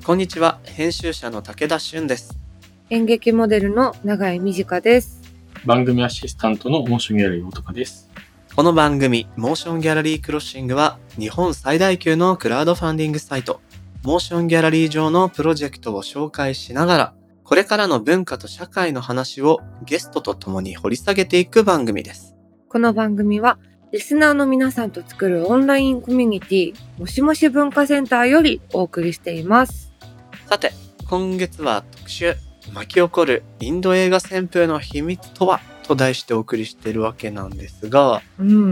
こんにちは、編集者の武田俊です。 演劇モデルの永井美智香です。 番組アシスタントのモーションギャラリー大高です。 この番組、モーションギャラリークロッシングは、日本最大級のクラウドファンディングサイト、モーションギャラリー上のプロジェクトを紹介しながら、これからの文化と社会の話をゲストと共に掘り下げていく番組です。 この番組は、リスナーの皆さんと作るオンラインコミュニティ、もしもし文化センターよりお送りしています。 さて、今月は特集、巻き起こるインド映画旋風の秘密とはと題してお送りしているわけなんですが、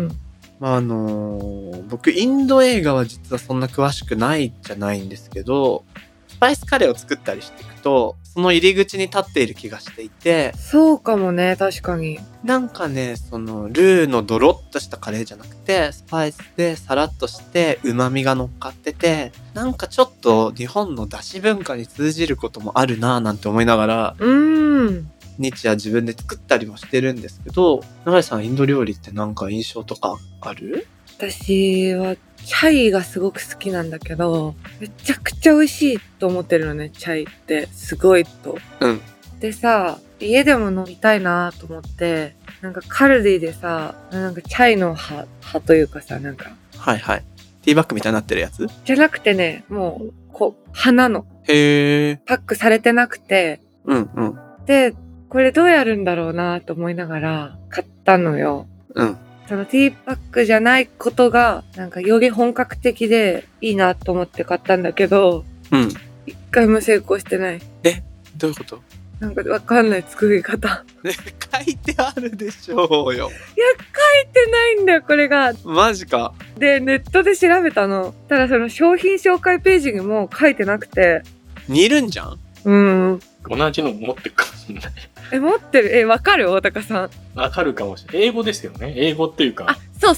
僕インド映画は実はそんな詳しくないじゃないんですけど、スパイスカレーを作ったりしていくと、その入り口に立っている気がしていて、 そうかもね、確かに。 なんかね、そのルーのドロッとしたカレーじゃなくて、スパイスでサラッとして旨味が乗っかってて、なんかちょっと日本の出汁文化に通じることもあるなぁなんて思いながら、日夜自分で作ったりもしてるんですけど、永井さんインド料理ってなんか印象とかある？ 私はチャイがすごく好きなんだけど、めちゃくちゃ美味しいと思ってるのね、チャイってすごいと。でさ、家でも飲みたいなと思って、なんかカルディでさ、なんかチャイの葉というかさ、なんか。 はいはい。ティーバッグみたいになってるやつ？ じゃなくてね、もう、花の。 へー。 パックされてなくて。で、これどうやるんだろうなと思いながら買ったのよ。そのティーバッグじゃないことが、なんかより本格的でいいなと思って買ったんだけど、一回も成功してない。 どういうこと？ なんかわかんない作り方。 書いてあるでしょうよ。 いや、書いてないんだよ、これが。 マジか。 で、ネットで調べたの。ただその商品紹介ページにも書いてなくて。 似るんじゃん？ 同じの持ってるかもしれない。 持ってる？わかる？大高さん。 わかるかもしれない。英語ですよね。英語っていうか。 そう。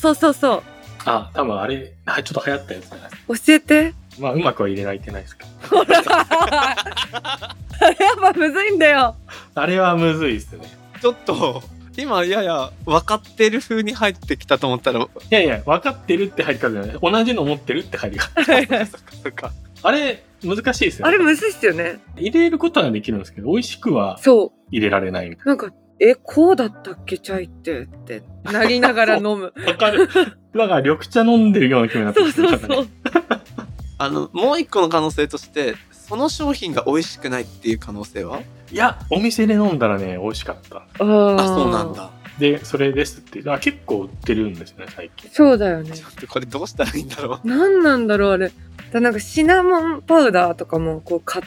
多分あれ、ちょっと流行ったやつじゃないですか。 教えて。 まあ、うまくは入れられてないですけど。 ほらやっぱむずいんだよ。 あれはむずいっすね。 ちょっと、今やや分かってる風に入ってきたと思ったら。 いや、分かってるって入り方じゃない。同じの持ってるって入り方。 そっか。 あれ、難しいですよね。 あれむずいっすよね。 入れることはできるんですけど、美味しくは入れられないみたいな。 なんか、こうだったっけチャイってなりながら飲む。 わかる。だから緑茶飲んでるような気になってる。 そう。 もう一個の可能性として、その商品が美味しくないっていう可能性は？ いや、お店で飲んだらね、美味しかった。 そうなんだ。 で、それですって。結構売ってるんですよね、最近。 そうだよね。 ちょっとこれどうしたらいいんだろう。 何なんだろう、あれ。なんかシナモンパウダーとかもこう買って、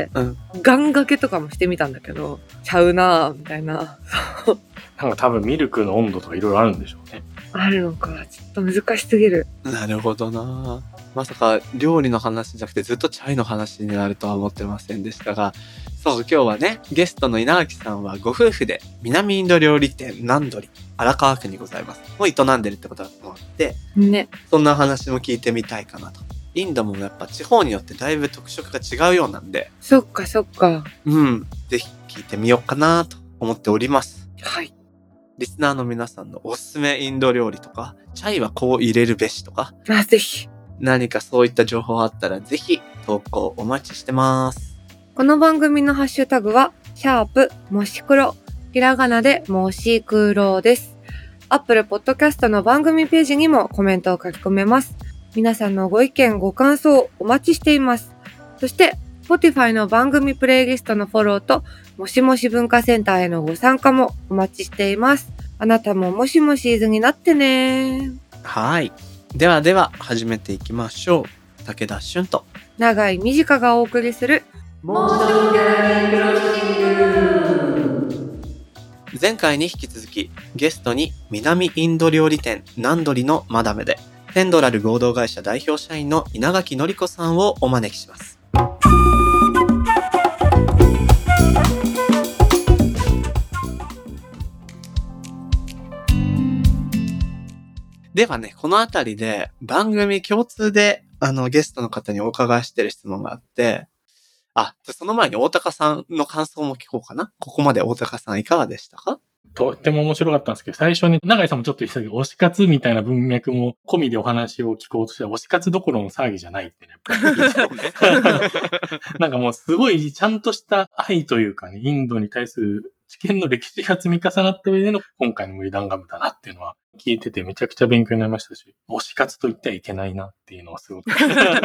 ガン掛けとかもしてみたんだけど、ちゃうなぁ、みたいな。 なんか多分ミルクの温度とかいろいろあるんでしょうね。 あるのか、ちょっと難しすぎる。 なるほどな。まさか料理の話じゃなくてずっとチャイの話になるとは思ってませんでしたが、そう、今日はね、ゲストの稲垣さんはご夫婦で南インド料理店ナンドリ荒川区にございますを営んでるってことだと思ってね、そんな話も聞いてみたいかなと。インドもやっぱ地方によってだいぶ特色が違うようなんで、 そっか。 ぜひ聞いてみようかなと思っております。 はい。 リスナーの皆さんのおすすめインド料理とか、チャイはこう入れるべしとか、 ぜひ。 何かそういった情報あったらぜひ投稿お待ちしてます。 この番組のハッシュタグは、もし黒、ひらがなでもし黒です。Apple Podcast の番組ページにもコメントを書き込めます。皆さんのご意見、ご感想お待ちしています。そして、Spotify の番組プレイリストのフォローと、もしもし文化センターへのご参加もお待ちしています。あなたももしもしーずになってね。 はい。では始めていきましょう。武田俊と永井美智香がお送りするモーションギャラリークロッシング。 前回に引き続きゲストに南インド料理店ナンドリのマダムでテンドラル合同会社代表社員の稲垣典子さんをお招きします。ではね、このあたりで番組共通でゲストの方にお伺いしてる質問があって、その前に大高さんの感想も聞こうかな。ここまで大高さんいかがでしたか？ とっても面白かったんですけど、最初に永井さんもちょっと言ってたけど、推し活みたいな文脈も込みでお話を聞こうとしたら、推し活どころの騒ぎじゃないってね。なんかもうすごいちゃんとした愛というかね、インドに対する知見の歴史が積み重なった上での今回の無理ダンガムだなっていうのは聞いててめちゃくちゃ勉強になりましたし、推し活と言ってはいけないなっていうのはすごく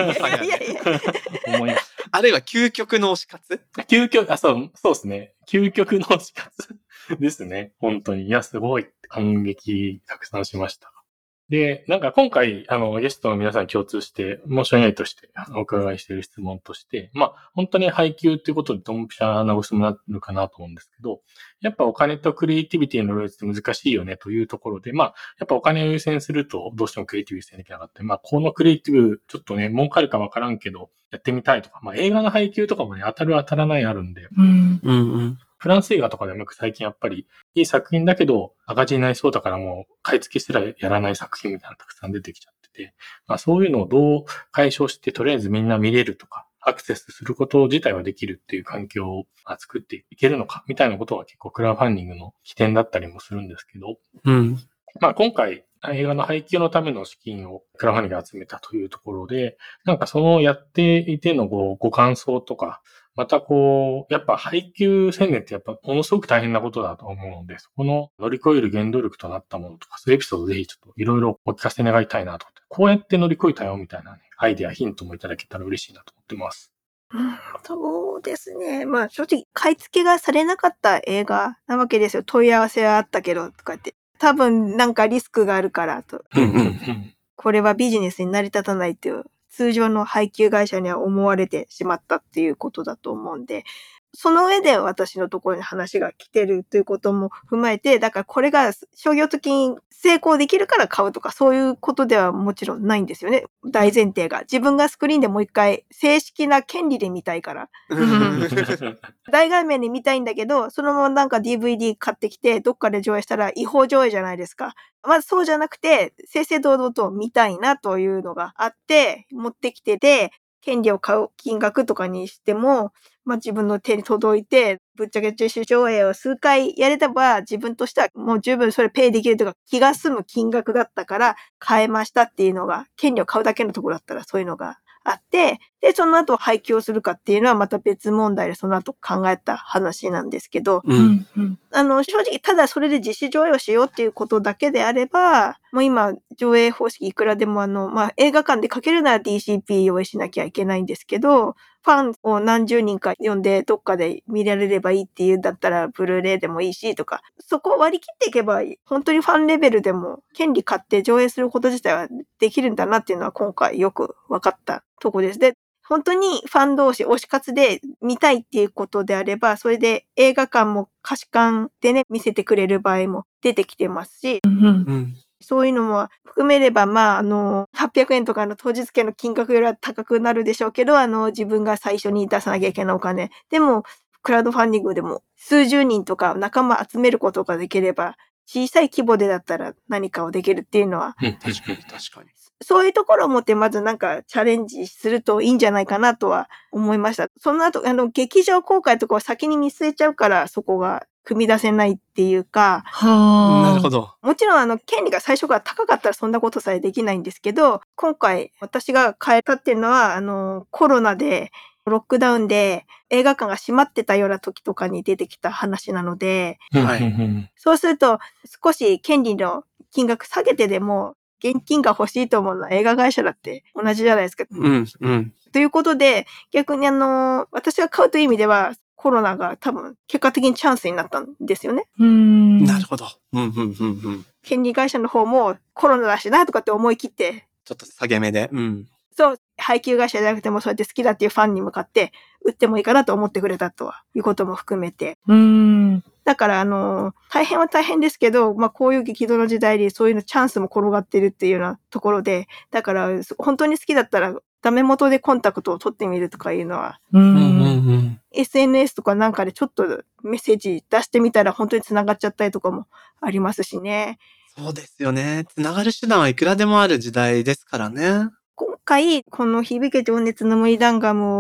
思いました。 あるいは究極の推し活？ そうですね。究極の推し活ですね。本当に。いや、すごい感激たくさんしました。で、なんか今回、ゲストの皆さんに共通して、申し訳ないとしてお伺いしている質問として、本当に配給っていうことでドンピシャなご質問になるかなと思うんですけど、やっぱお金とクリエイティビティの両立って難しいよねというところで、やっぱお金を優先するとどうしてもクリエイティブ優先できなかった。このクリエイティブ、ちょっとね、儲かるかわからんけど、やってみたいとか、映画の配給とかもね、当たる当たらないあるんで、フランス映画とかでも最近やっぱりいい作品だけど赤字になりそうだからもう買い付けすらやらない作品みたいなのたくさん出てきちゃってて、そういうのをどう解消してとりあえずみんな見れるとかアクセスすること自体はできるっていう環境を作っていけるのかみたいなことが結構クラウドファンディングの起点だったりもするんですけど、今回映画の配給のための資金をクラウドファンディングで集めたというところで、なんかそのやっていてのご感想とか、またやっぱ配給宣言ってやっぱものすごく大変なことだと思うので、そこの乗り越える原動力となったものとか、そういうエピソードぜひちょっといろいろお聞かせ願いたいなと思って、こうやって乗り越えたよみたいなね、アイデア、ヒントもいただけたら嬉しいなと思ってます。 そうですね。正直、買い付けがされなかった映画なわけですよ。問い合わせはあったけど、とかって。多分なんかリスクがあるからと。これはビジネスに成り立たないっていう、通常の配給会社には思われてしまったっていうことだと思うんで、その上で私のところに話が来てるということも踏まえて、だからこれが商業的に成功できるから買うとかそういうことではもちろんないんですよね。大前提が。自分がスクリーンでもう一回正式な権利で見たいから。大画面で見たいんだけど、そのままなんか DVD 買ってきてどっかで上映したら違法上映じゃないですか。まずそうじゃなくて、正々堂々と見たいなというのがあって、持ってきてて、権利を買う金額とかにしても、自分の手に届いて、ぶっちゃけ自主上映を数回やれたば、自分としてはもう十分それペイできるとか気が済む金額だったから買えましたっていうのが、権利を買うだけのところだったらそういうのがあって、で、その後廃棄をするかっていうのはまた別問題でその後考えた話なんですけど、正直ただそれで自主上映をしようっていうことだけであれば、もう今上映方式いくらでも映画館でかけるなら DCP 用意しなきゃいけないんですけど、ファンを何十人か呼んでどっかで見られればいいっていうんだったらブルーレイでもいいしとか、そこを割り切っていけば本当にファンレベルでも権利買って上映すること自体はできるんだなっていうのは今回よく分かったとこです。で、本当にファン同士推し活で見たいっていうことであれば、それで映画館も貸し館でね、見せてくれる場合も出てきてますし、そういうのも含めれば、800円とかの当日券の金額よりは高くなるでしょうけど、自分が最初に出さなきゃいけないお金。でも、クラウドファンディングでも数十人とか仲間集めることができれば、小さい規模でだったら何かをできるっていうのは、 確かに。 そういうところを持ってまずなんかチャレンジするといいんじゃないかなとは思いました。その後、劇場公開とかを先に見据えちゃうから、そこが組み出せないっていうか。 なるほど。 もちろん権利が最初から高かったらそんなことさえできないんですけど、今回私が変えたっていうのは、コロナで、ロックダウンで映画館が閉まってたような時とかに出てきた話なので、そうすると少し権利の金額下げてでも現金が欲しいと思うのは映画会社だって同じじゃないですか。ということで、逆に私が買うという意味では、コロナが多分結果的にチャンスになったんですよね。 なるほど。 権利会社の方もコロナだしなとかって思い切って。 ちょっと下げ目で。 そう、配給会社じゃなくてもそうやって好きだっていうファンに向かって売ってもいいかなと思ってくれたということも含めて。だから大変は大変ですけど、こういう激動の時代にそういうのチャンスも転がってるっていうようなところで、だから本当に好きだったらダメ元でコンタクトを取ってみるとかいうのは、SNS とかなんかでちょっとメッセージ出してみたら本当に繋がっちゃったりとかもありますしね。 そうですよね。繋がる手段はいくらでもある時代ですからね。 今回、この響け情熱の無理ダンガムを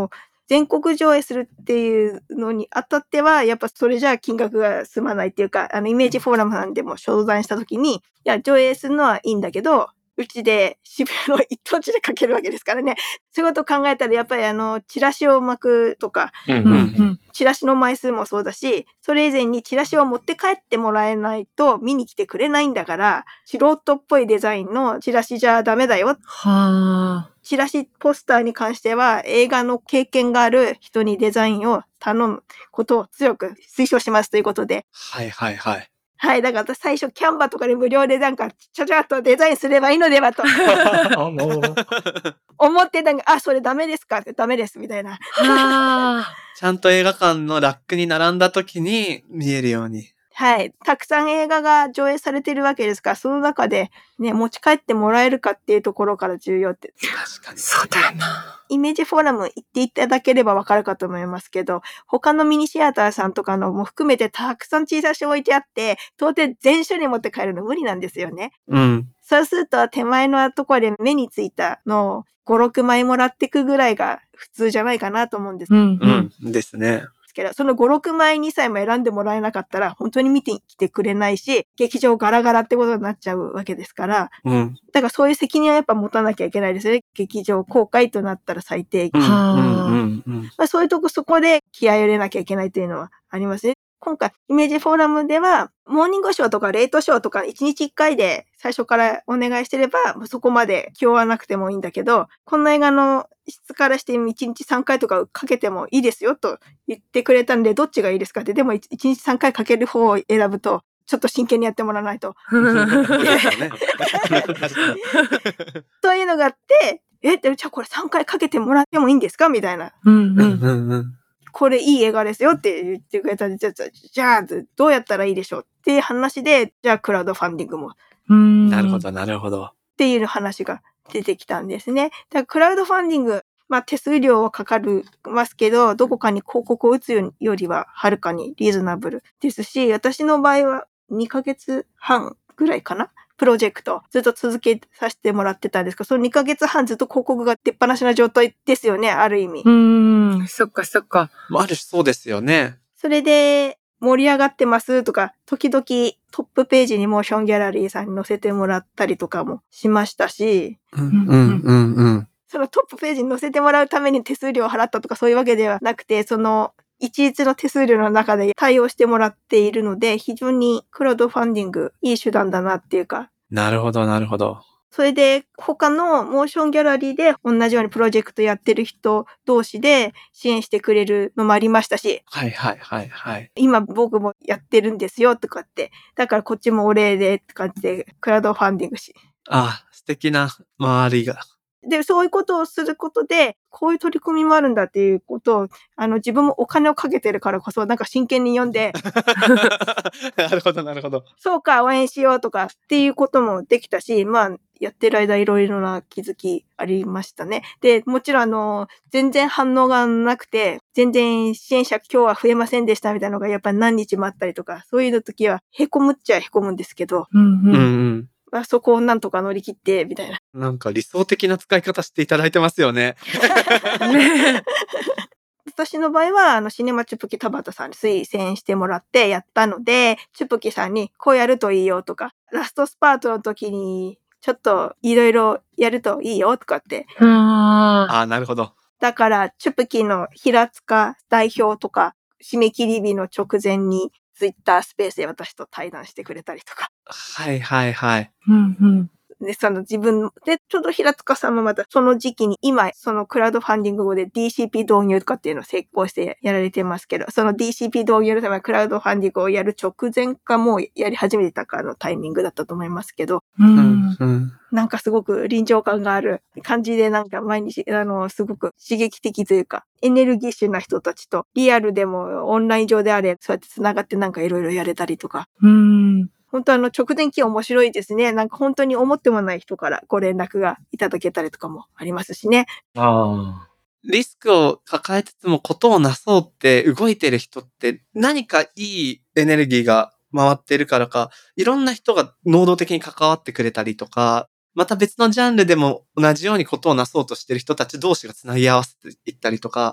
全国上映するっていうのにあたっては、やっぱそれじゃあ金額が済まないっていうか、イメージフォーラムさんでも商談したときに、いや、上映するのはいいんだけど、うちで渋谷の一等地でかけるわけですからね。そういうことを考えたら、やっぱりチラシを巻くとか、チラシの枚数もそうだし、それ以前にチラシを持って帰ってもらえないと見に来てくれないんだから、素人っぽいデザインのチラシじゃダメだよ。 はあ。 チラシポスターに関しては映画の経験がある人にデザインを頼むことを強く推奨しますということで。 はいはいはい。 はい。だから最初キャンバとかで無料でなんかちゃちゃっとデザインすればいいのではと思ってたが、それダメですかってダメですみたいな。 はあ。 ちゃんと映画館のラックに並んだ時に見えるように。 はい。たくさん映画が上映されているわけですから、その中でね、持ち帰ってもらえるかっていうところから重要って。 確かに。 そうだよな。 イメージフォーラム行っていただければわかるかと思いますけど、他のミニシアターさんとかのも含めてたくさん小さし置いてあって、到底全種類持って帰るの無理なんですよね。 うん。 そうすると手前のところで目についたのを5、6枚もらってくぐらいが普通じゃないかなと思うんです。 ですね。 けど、その5、6枚2歳も選んでもらえなかったら本当に見てきてくれないし、劇場ガラガラってことになっちゃうわけですから、だからそういう責任はやっぱ持たなきゃいけないですよね。劇場公開となったら最低限。そういうとこそこで気合を入れなきゃいけないというのはありますね。今回、イメージフォーラムでは、モーニングショーとかレートショーとか1日1回で最初からお願いしてれば、そこまで気負わなくてもいいんだけど、この映画の質からして1日3回とかかけてもいいですよと言ってくれたんで、どっちがいいですかって、でも1日3回かける方を選ぶと、ちょっと真剣にやってもらわないと。というのがあって、じゃあこれ3回かけてもらってもいいんですかみたいな。これいい映画ですよって言ってくれたんで、じゃあどうやったらいいでしょうっていう話で、じゃあクラウドファンディングも。 なるほど、なるほど。 っていう話が出てきたんですね。だからクラウドファンディング、手数料はかかりますけど、どこかに広告を打つよりははるかにリーズナブルですし、私の場合は2ヶ月半ぐらいかなプロジェクトずっと続けさせてもらってたんですけど、その2ヶ月半ずっと広告が出っ放しな状態ですよね、ある意味。 そっかそっか。 ある種そうですよね。 それで盛り上がってますとか、時々トップページにモーションギャラリーさんに載せてもらったりとかもしましたし、そのトップページに載せてもらうために手数料を払ったとかそういうわけではなくて、その一律の手数料の中で対応してもらっているので、非常にクラウドファンディングいい手段だなっていうか。 なるほど、なるほど。 それで他のモーションギャラリーで同じようにプロジェクトやってる人同士で支援してくれるのもありましたし。今僕もやってるんですよとかって。だからこっちもお礼でって感じでクラウドファンディングし。 素敵な周りが。 で、そういうことをすることで、こういう取り組みもあるんだっていうことを、自分もお金をかけてるからこそ、なんか真剣に読んで。 なるほど、なるほど。 そうか、応援しようとかっていうこともできたし、やってる間いろいろな気づきありましたね。で、もちろん全然反応がなくて、全然支援者今日は増えませんでしたみたいなのがやっぱり何日もあったりとか、そういうの時は凹むっちゃ凹むんですけど。そこをなんとか乗り切って、みたいな。 なんか理想的な使い方していただいてますよね。 私の場合は、シネマチュプキ田畑さんに推薦してもらってやったので、チュプキさんにこうやるといいよとか、ラストスパートの時にちょっといろいろやるといいよとかって。 なるほど。 だから、チュプキの平塚代表とか、締め切り日の直前にツイッタースペースで私と対談してくれたりとか。で、自分で、ちょうど平塚さんもまたその時期に今、そのクラウドファンディング後で DCP 導入とかっていうのを成功してやられてますけど、その DCP 導入のためにクラウドファンディングをやる直前かもうやり始めてたかのタイミングだったと思いますけど、なんかすごく臨場感がある感じでなんか毎日、すごく刺激的というか、エネルギッシュな人たちとリアルでもオンライン上であれ、そうやって繋がってなんかいろいろやれたりとか。本当直前期面白いですね。なんか本当に思ってもない人からご連絡がいただけたりとかもありますしね。 リスクを抱えつつもことをなそうって動いてる人って何かいいエネルギーが回ってるからか、いろんな人が能動的に関わってくれたりとか、また別のジャンルでも同じようにことをなそうとしてる人たち同士がつなぎ合わせていったりとか、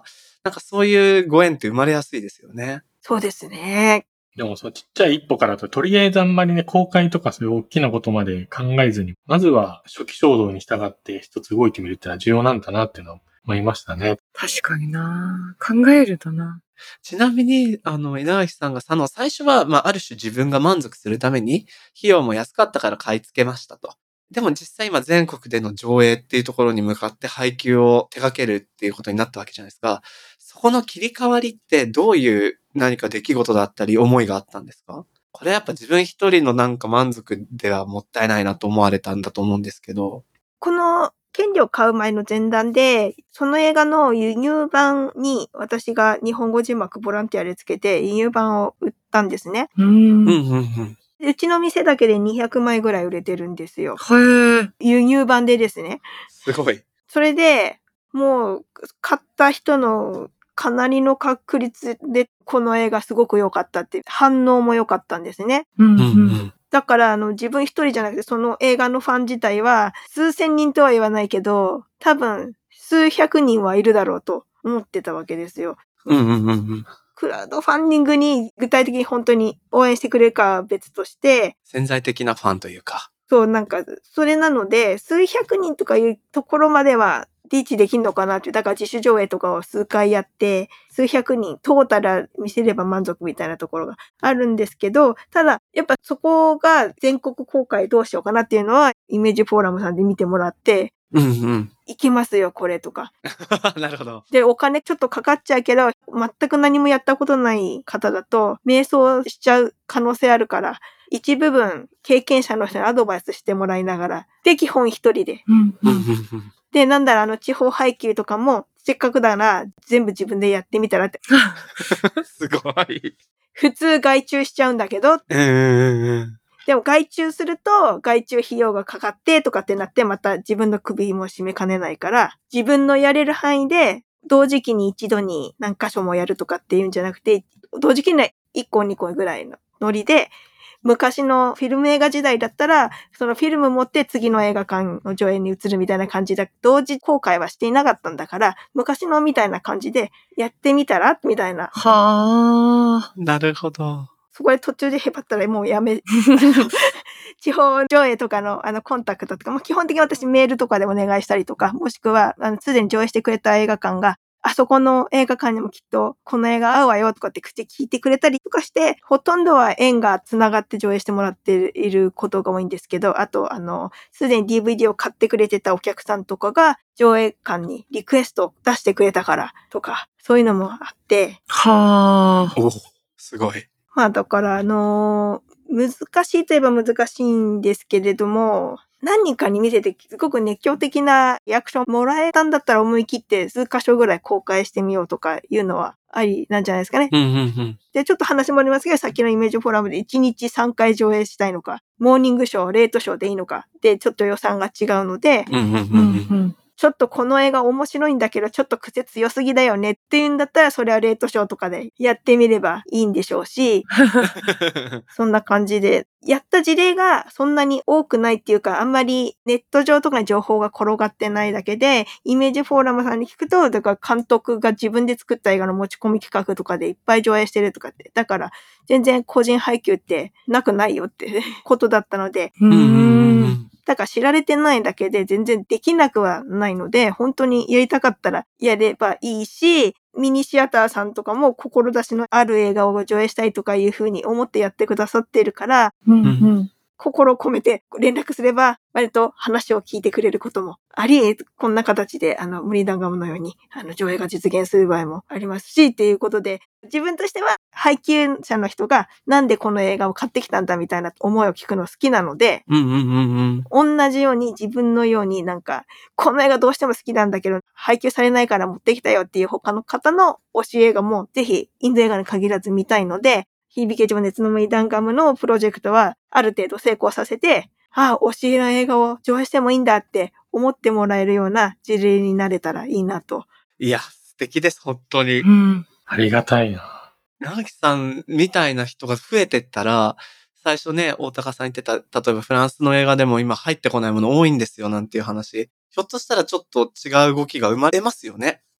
なんかそういうご縁って生まれやすいですよね。 そうですね。 でもそう、ちっちゃい一歩からと、とりあえずあんまりね、公開とかそういう大きなことまで考えずに、まずは初期衝動に従って一つ動いてみるっていうのは重要なんだなっていうのを思いましたね。 確かにな。考えるとな。 ちなみに、稲垣さんが最初は、ある種自分が満足するために、費用も安かったから買い付けましたと。でも実際今全国での上映っていうところに向かって配給を手掛けるっていうことになったわけじゃないですか。そこの切り替わりってどういう何か出来事だったり思いがあったんですか？これやっぱ自分一人のなんか満足ではもったいないなと思われたんだと思うんですけど。 この権利を買う前の前段で、その映画の輸入版に私が日本語字幕ボランティアでつけて輸入版を売ったんですね。うちの店だけで200枚ぐらい売れてるんですよ。 へえ。 輸入版でですね。 すごい。 それで、もう買った人のかなりの確率でこの映画すごく良かったって反応も良かったんですね。だから自分一人じゃなくてその映画のファン自体は数千人とは言わないけど多分数百人はいるだろうと思ってたわけですよ。クラウドファンディングに具体的に本当に応援してくれるかは別として潜在的なファンというか。 そうなんかそれなので数百人とかいうところまではリーチできんのかなって、だから自主上映とかを数回やって、数百人、トータル見せれば満足みたいなところがあるんですけど、ただ、やっぱそこが全国公開どうしようかなっていうのは、イメージフォーラムさんで見てもらって、いけますよ、これとか。 なるほど。 で、お金ちょっとかかっちゃうけど、全く何もやったことない方だと、迷走しちゃう可能性あるから、一部分経験者の人にアドバイスしてもらいながら、で、基本一人で。で、なんだろ、地方配給とかも、せっかくだな、全部自分でやってみたらって。 すごい。 普通外注しちゃうんだけど、でも外注すると、外注費用がかかってとかってなって、また自分の首も締めかねないから、自分のやれる範囲で、同時期に一度に何箇所もやるとかっていうんじゃなくて、同時期に1個2個ぐらいのノリで、昔のフィルム映画時代だったら、そのフィルム持って次の映画館の上映に移るみたいな感じで、同時公開はしていなかったんだから、昔のみたいな感じでやってみたらみたいな。 はあ。 なるほど。 そこで途中でへばったらもうやめ、地方上映とかのコンタクトとか、も基本的に私メールとかでお願いしたりとか、もしくは、すでに上映してくれた映画館が、あそこの映画館にもきっとこの映画合うわよとかって口聞いてくれたりとかして、ほとんどは縁が繋がって上映してもらっていることが多いんですけど、あとすでに DVD を買ってくれてたお客さんとかが上映館にリクエストを出してくれたからとか、そういうのもあって。 はあ。 お、すごい。 まあだから難しいといえば難しいんですけれども、何人かに見せてすごく熱狂的なリアクションもらえたんだったら思い切って数箇所ぐらい公開してみようとかいうのはありなんじゃないですかね。で、ちょっと話もありますけど、さっきのイメージフォーラムで1日3回上映したいのか、モーニングショー、レートショーでいいのか、で、ちょっと予算が違うので、ちょっとこの映画面白いんだけど、ちょっと癖強すぎだよねっていうんだったら、それはレートショーとかでやってみればいいんでしょうし、そんな感じで、やった事例がそんなに多くないっていうか、あんまりネット上とかに情報が転がってないだけで、イメージフォーラムさんに聞くと、だから監督が自分で作った映画の持ち込み企画とかでいっぱい上映してるとかって、だから全然個人配給ってなくないよってことだったので、だから知られてないだけで全然できなくはないので、本当にやりたかったらやればいいし、ミニシアターさんとかも志のある映画を上映したいとかいうふうに思ってやってくださってるから、心を込めて連絡すれば、割と話を聞いてくれることもあり、こんな形で、ムリーダンガムのように、上映が実現する場合もありますし、っていうことで、自分としては、配給者の人が、なんでこの映画を買ってきたんだみたいな思いを聞くの好きなので、同じように自分のようになんか、この映画どうしても好きなんだけど、配給されないから持ってきたよっていう他の方の推し映画も、ぜひ、インド映画に限らず見たいので、響け情熱のムリーダンガムのプロジェクトは、ある程度成功させて、推しの映画を上映してもいいんだって思ってもらえるような事例になれたらいいなと。 いや、素敵です、本当に。 ありがたいな。 長木さんみたいな人が増えてったら、最初ね、大高さん言ってた、例えばフランスの映画でも今入ってこないもの多いんですよなんていう話。ひょっとしたらちょっと違う動きが生まれますよね。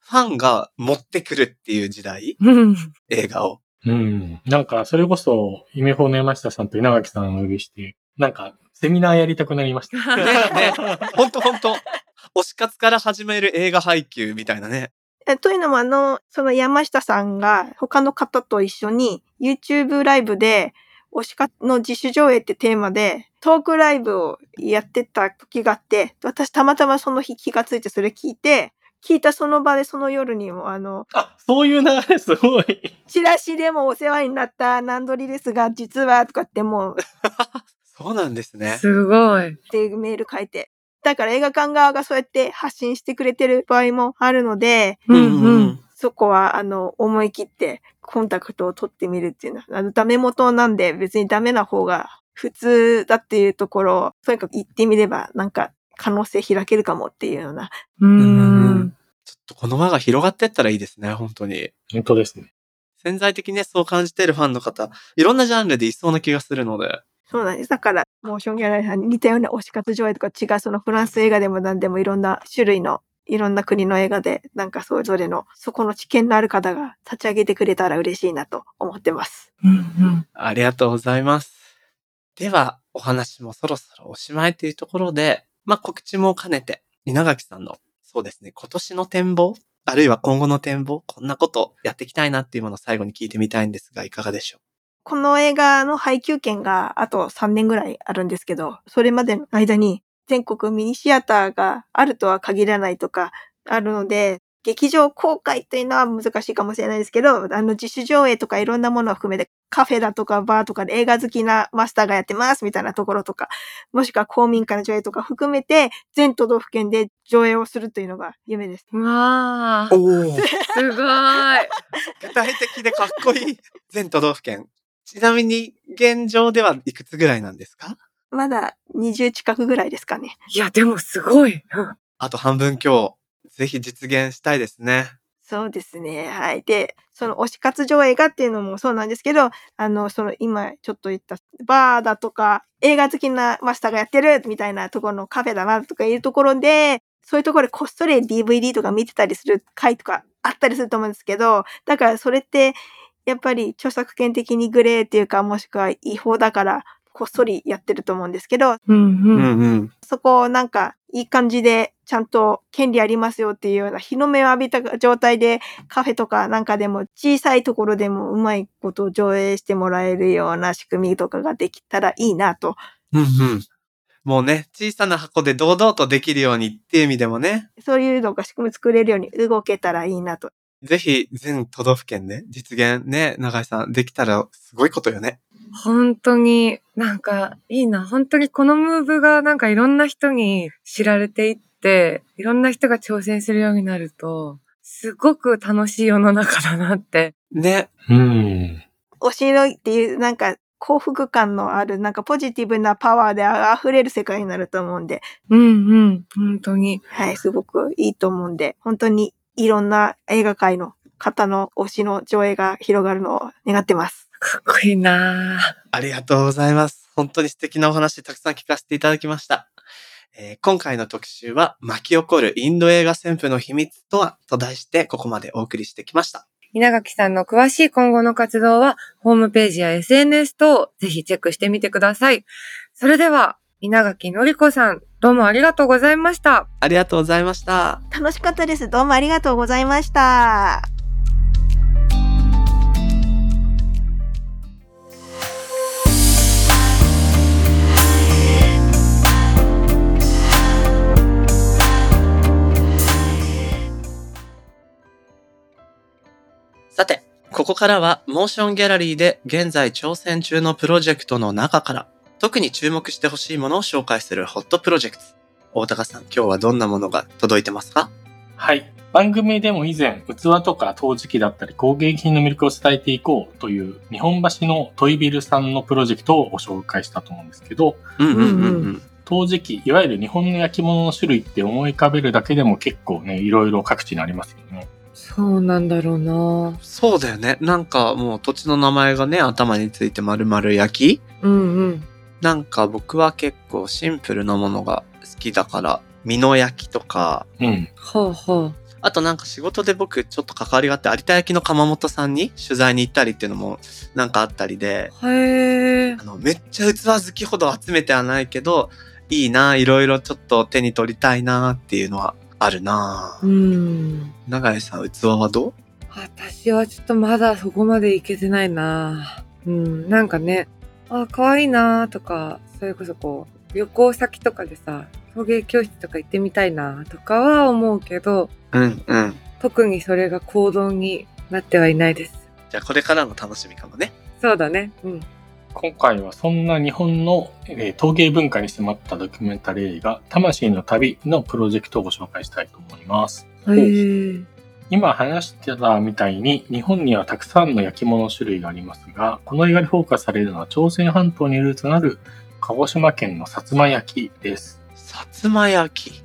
ファンが持ってくるっていう時代、映画を。 なんか、それこそ、夢法の山下さんと稲垣さんをお呼びして、なんか、セミナーやりたくなりました。 ね、ほんと。推し活から始める映画配給みたいなね。 というのもその山下さんが他の方と一緒に YouTube ライブで推し活の自主上映ってテーマでトークライブをやってた時があって、私たまたまその日気がついてそれ聞いたその場でその夜にもそういう流れすごい。 チラシでもお世話になったナンドリですが、実はとかってもう。 そうなんですね。 すごい。 っていうメール書いて。だから映画館側がそうやって発信してくれてる場合もあるので、そこは思い切ってコンタクトを取ってみるっていうのは、ダメ元なんで別にダメな方が普通だっていうところを、とにかく言ってみればなんか可能性開けるかもっていうような。 ちょっとこの輪が広がってったらいいですね、本当に。 本当ですね。 潜在的にね、そう感じてるファンの方、いろんなジャンルでいそうな気がするので。 そうなんです。だから、モーションギャラリーさんに似たような推し活上映とか違う、そのフランス映画でも何でもいろんな種類の、いろんな国の映画で、なんかそれぞれの、そこの知見のある方が立ち上げてくれたら嬉しいなと思ってます。 ありがとうございます。では、お話もそろそろおしまいというところで、告知も兼ねて、稲垣さんの、そうですね、今年の展望、あるいは今後の展望、こんなことやっていきたいなっていうものを最後に聞いてみたいんですが、いかがでしょう？ この映画の配給権があと3年ぐらいあるんですけど、それまでの間に全国ミニシアターがあるとは限らないとかあるので、劇場公開というのは難しいかもしれないですけど、自主上映とかいろんなものを含めてカフェだとかバーとかで映画好きなマスターがやってますみたいなところとか、もしくは公民館の上映とか含めて全都道府県で上映をするというのが夢です。 わー。 おー。 すごい。 具体的でかっこいい。全都道府県。ちなみに、現状ではいくつぐらいなんですか？ まだ20近くぐらいですかね。 いや、でもすごい。 あと半分今日、ぜひ実現したいですね。 そうですね。はい。で、その推し活上映画っていうのもそうなんですけど、その今ちょっと言ったバーだとか、映画好きなマスターがやってるみたいなところのカフェだなとかいうところで、そういうところでこっそり DVD とか見てたりする回とかあったりすると思うんですけど、だからそれって、やっぱり著作権的にグレーっていうか、もしくは違法だから、こっそりやってると思うんですけど、そこをなんかいい感じでちゃんと権利ありますよっていうような日の目を浴びた状態でカフェとかなんかでも小さいところでもうまいことを上映してもらえるような仕組みとかができたらいいなと。 もうね、小さな箱で堂々とできるようにっていう意味でもね。 そういうのが仕組み作れるように動けたらいいなと。 ぜひ全都道府県で実現ね、永井さんできたらすごいことよね。 本当になんかいいな。本当にこのムーブがなんかいろんな人に知られていって、いろんな人が挑戦するようになると、すごく楽しい世の中だなって。 ね。 推しのっていうなんか幸福感のあるなんかポジティブなパワーで溢れる世界になると思うんで。 本当に。 はい、すごくいいと思うんで、本当にいろんな映画界の方の推しの上映が広がるのを願ってます。 かっこいいなぁ。 ありがとうございます。本当に素敵なお話たくさん聞かせていただきました。今回の特集は巻き起こるインド映画旋風の秘密とはと題してここまでお送りしてきました。 稲垣さんの詳しい今後の活動はホームページや SNS 等ぜひチェックしてみてください。それでは稲垣のりこさん、どうもありがとうございました。 ありがとうございました。 楽しかったです。どうもありがとうございました。 さて、ここからはモーションギャラリーで現在挑戦中のプロジェクトの中から特に注目してほしいものを紹介するホットプロジェクト。大高さん、今日はどんなものが届いてますか？ はい。番組でも以前、器とか陶磁器だったり工芸品の魅力を伝えていこうという日本橋のトイビルさんのプロジェクトをご紹介したと思うんですけど、陶磁器、いわゆる日本の焼き物の種類って思い浮かべるだけでも結構ね、いろいろ各地にありますよね。 そうなんだろうな。 そうだよね。なんかもう土地の名前がね、頭について丸々焼き。なんか僕は結構シンプルなものが好きだから、美濃焼きとか、 あとなんか仕事で僕ちょっと関わりがあって有田焼の窯元さんに取材に行ったりっていうのもなんかあったりで、 へえ。 めっちゃ器好きほど集めてはないけど、いいな、いろいろちょっと手に取りたいなっていうのはあるな。永井さん、器はどう？ 私はちょっとまだそこまでいけてないな。なんかね、可愛いなとか、それこそこう、旅行先とかでさ、陶芸教室とか行ってみたいなとかは思うけど、特にそれが行動になってはいないです。 じゃあこれからの楽しみかもね。 そうだね。 今回はそんな日本の陶芸文化に迫ったドキュメンタリー映画、魂の旅のプロジェクトをご紹介したいと思います。今話してたみたいに日本にはたくさんの焼き物種類がありますが、この映画にフォーカスされるのは朝鮮半島にルーツのある鹿児島県の薩摩焼です。 薩摩焼。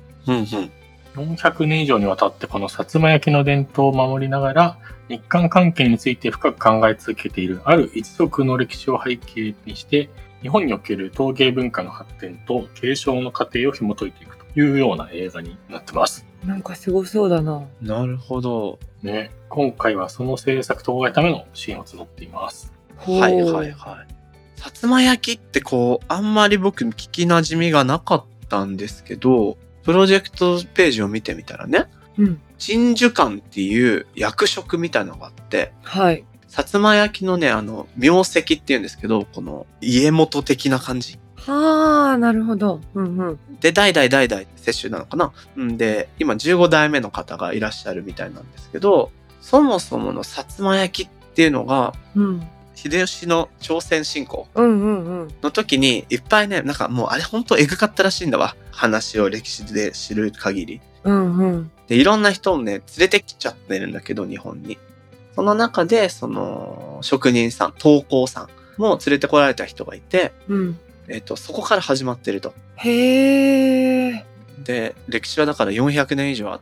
400年以上にわたってこの薩摩焼の伝統を守りながら日韓関係について深く考え続けているある一族の歴史を背景にして日本における陶芸文化の発展と継承の過程を紐解いていくというような映画になってます。 なんかすごそうだな。 なるほど。 ね、今回はその制作と応えためのシーンを募っています。 はい。薩摩焼ってあんまり僕聞き馴染みがなかったんですけど、プロジェクトページを見てみたらね、鎮守館っていう役職みたいなのがあって、薩摩焼のね、名跡っていうんですけど、この家元的な感じ。 なるほど。 で、代々接種なのかな。で、今15代目の方がいらっしゃるみたいなんですけど、そもそもの薩摩焼っていうのが、秀吉の朝鮮侵攻の時にいっぱいね、なんかもうあれほんとエグかったらしいんだわ。話を歴史で知る限り。で、いろんな人をね、連れてきちゃってるんだけど、日本に。その中で、職人さん、陶工さんも連れてこられた人がいて、そこから始まってると。 へー。 で、歴史はだから400年以上あって、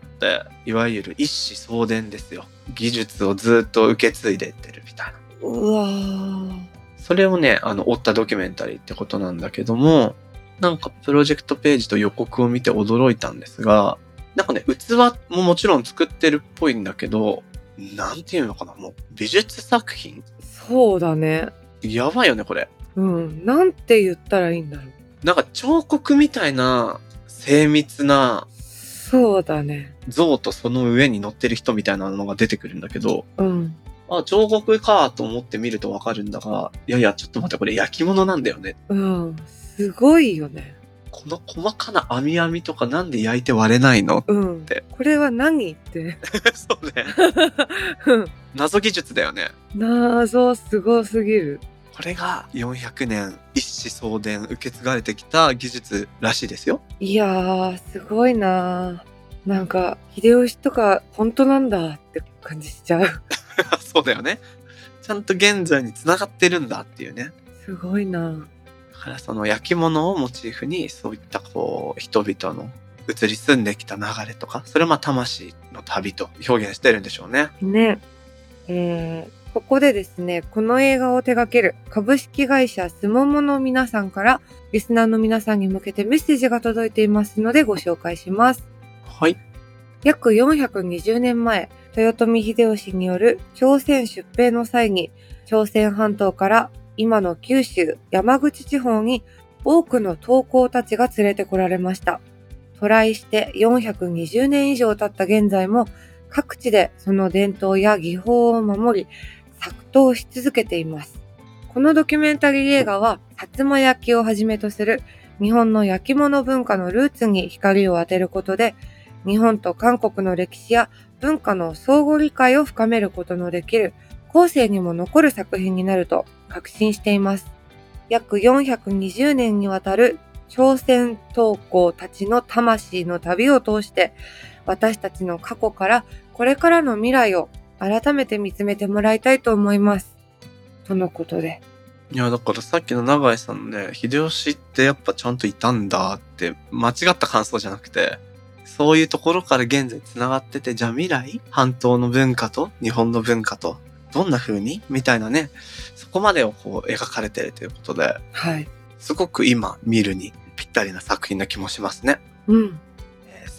いわゆる一子相伝ですよ。技術をずっと受け継いでいってるみたいな。 うわー。それをね、追ったドキュメンタリーってことなんだけども、なんかプロジェクトページと予告を見て驚いたんですが、なんかね、器ももちろん作ってるっぽいんだけど、なんていうのかな、もう美術作品？ そうだね。 やばいよね、これ。 なんて言ったらいいんだろう。 なんか彫刻みたいな精密な、 そうだね。 像とその上に乗ってる人みたいなのが出てくるんだけど、彫刻かと思って見るとわかるんだが、いや、ちょっと待って、これ焼き物なんだよね。 すごいよね。 この細かな網みとかなんで焼いて割れないの、って。 これは何って。 そうね。謎技術だよね。 謎すごすぎる。 これが400年一子相伝受け継がれてきた技術らしいですよ。 いやー、すごいな。なんか、秀吉とか本当なんだって感じしちゃう。 そうだよね。ちゃんと現在に繋がってるんだっていうね。 すごいな。 だからその焼き物をモチーフにそういった人々の移り住んできた流れとか、それを魂の旅と表現してるんでしょうね。 ね。ここでですね、この映画を手掛ける株式会社すももの皆さんからリスナーの皆さんに向けてメッセージが届いていますのでご紹介します。 はい。 約420年前、豊臣秀吉による朝鮮出兵の際に朝鮮半島から今の九州、山口地方に多くの陶工たちが連れてこられました。渡来して420年以上経った現在も各地でその伝統や技法を守り、作陶し続けています。このドキュメンタリー映画は、薩摩焼をはじめとする日本の焼き物文化のルーツに光を当てることで、日本と韓国の歴史や文化の相互理解を深めることのできる後世にも残る作品になると確信しています。約420年にわたる朝鮮陶工たちの魂の旅を通して、私たちの過去からこれからの未来を改めて見つめてもらいたいと思います。とのことで。 いや、だからさっきの永井さんのね、秀吉ってやっぱちゃんといたんだって間違った感想じゃなくて、そういうところから現在繋がってて、じゃあ未来半島の文化と日本の文化とどんな風にみたいなね、そこまでを描かれてるということで、 はい。 すごく今見るにぴったりな作品な気もしますね。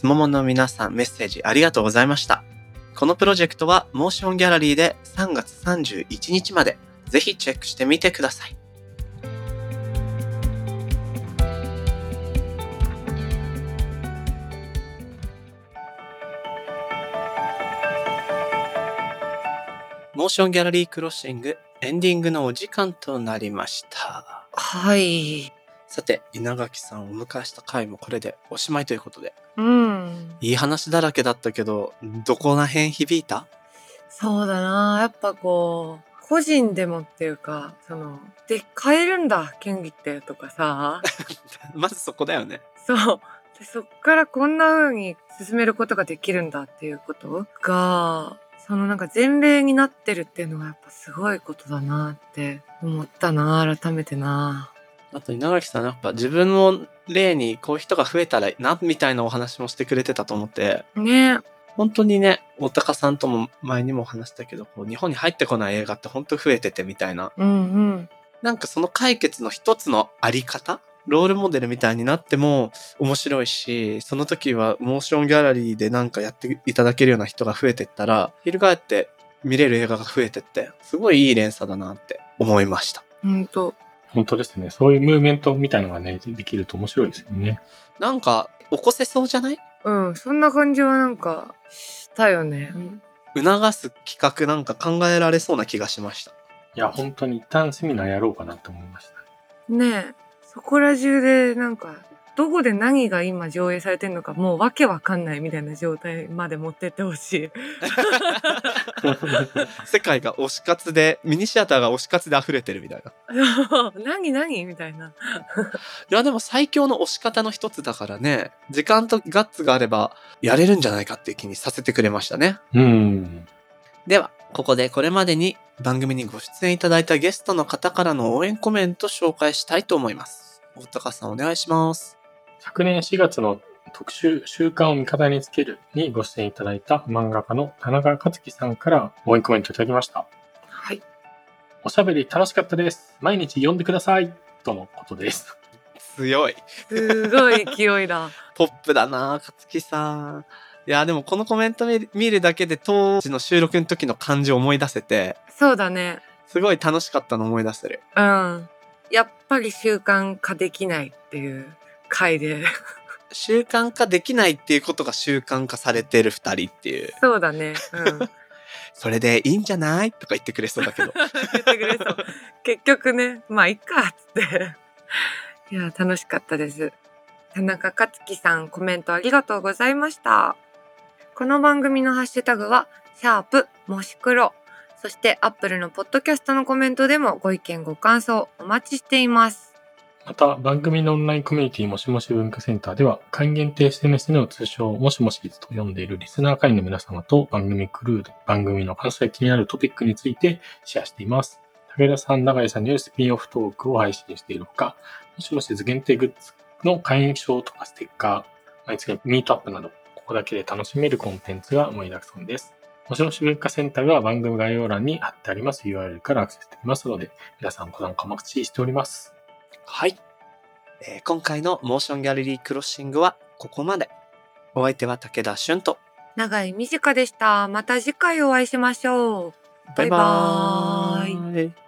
すももの皆さんメッセージありがとうございました。このプロジェクトはモーションギャラリーで3月31日までぜひチェックしてみてください。モーションギャラリークロッシングエンディングのお時間となりました。 はい。 さて、稲垣さんをお迎えした回もこれでおしまいということで。 いいい話だらけだったけど、どこら辺響いた？ そうだな。やっぱ個人でもっていうか、で、買えるんだ、剣技ってとかさ。 まずそこだよね。 そう。で、そっからこんな風に進めることができるんだっていうことが、前例になってるっていうのがやっぱすごいことだなって思ったな、改めてな。 あと稲垣さんやっぱ自分の例にこういう人が増えたらな、みたいなお話もしてくれてたと思って。 ね。 本当にね、大高さんとも前にも話したけど、日本に入ってこない映画って本当増えててみたいな。なんかその解決の一つのあり方？ロールモデルみたいになっても面白いし、その時はモーションギャラリーでなんかやっていただけるような人が増えてったら、翻って見れる映画が増えてって、すごいいい連鎖だなって思いました。 本当ですね。そういうムーブメントみたいなのがね、できると面白いですよね。 なんか起こせそうじゃない？ そんな感じはしたよね。 促す企画なんか考えられそうな気がしました。 いや、本当に一旦セミナーやろうかなと思いました。 ねえ。そこら中でどこで何が今上映されてるのかもうわけわかんないみたいな状態まで持ってってほしい。 世界が推し活で、ミニシアターが推し活で溢れてるみたいな。 何みたいな。 いやでも最強の推し方の一つだからね、時間とガッツがあればやれるんじゃないかっていう気にさせてくれましたね。では、ここでこれまでに番組にご出演いただいたゲストの方からの応援コメント紹介したいと思います。大高さんお願いします。 昨年4月の特集週刊を味方につけるにご出演いただいた漫画家の田中克樹さんから応援コメントいただきました。 はい。 おしゃべり楽しかったです。毎日読んでください。とのことです。 強い。 すごい勢いだ。 ポップだな、克樹さん。いや、でもこのコメント見るだけで当時の収録の時の感じを思い出せて。 そうだね。 すごい楽しかったの思い出せる。 やっぱり習慣化できないっていう回で。 習慣化できないっていうことが習慣化されてる二人っていう。 そうだね。 それでいいんじゃないとか言ってくれそうだけど。 言ってくれそう。結局ね、まあいっかっつって。いや、楽しかったです。田中克樹さん、コメントありがとうございました。この番組のハッシュタグは、もし黒。そしてアップルのポッドキャストのコメントでもご意見ご感想お待ちしています。 また番組のオンラインコミュニティもしもし文化センターでは会員限定 SNS の通称もしもしと呼んでいるリスナー会員の皆様と番組クルー、番組の感想や気になるトピックについてシェアしています。武田さん、永井さんによるスピンオフトークを配信しているほか、もしもし限定グッズの会員証とかステッカー、毎月ミートアップなど、ここだけで楽しめるコンテンツが盛りだくさんです。もしもし文化センターが番組概要欄に貼ってあります URL からアクセスできますので、皆さんご参加お待ちしております。 はい。今回のモーションギャラリークロッシングはここまで。お相手は武田俊と永井美智香でした。また次回お会いしましょう。 バイバーイ。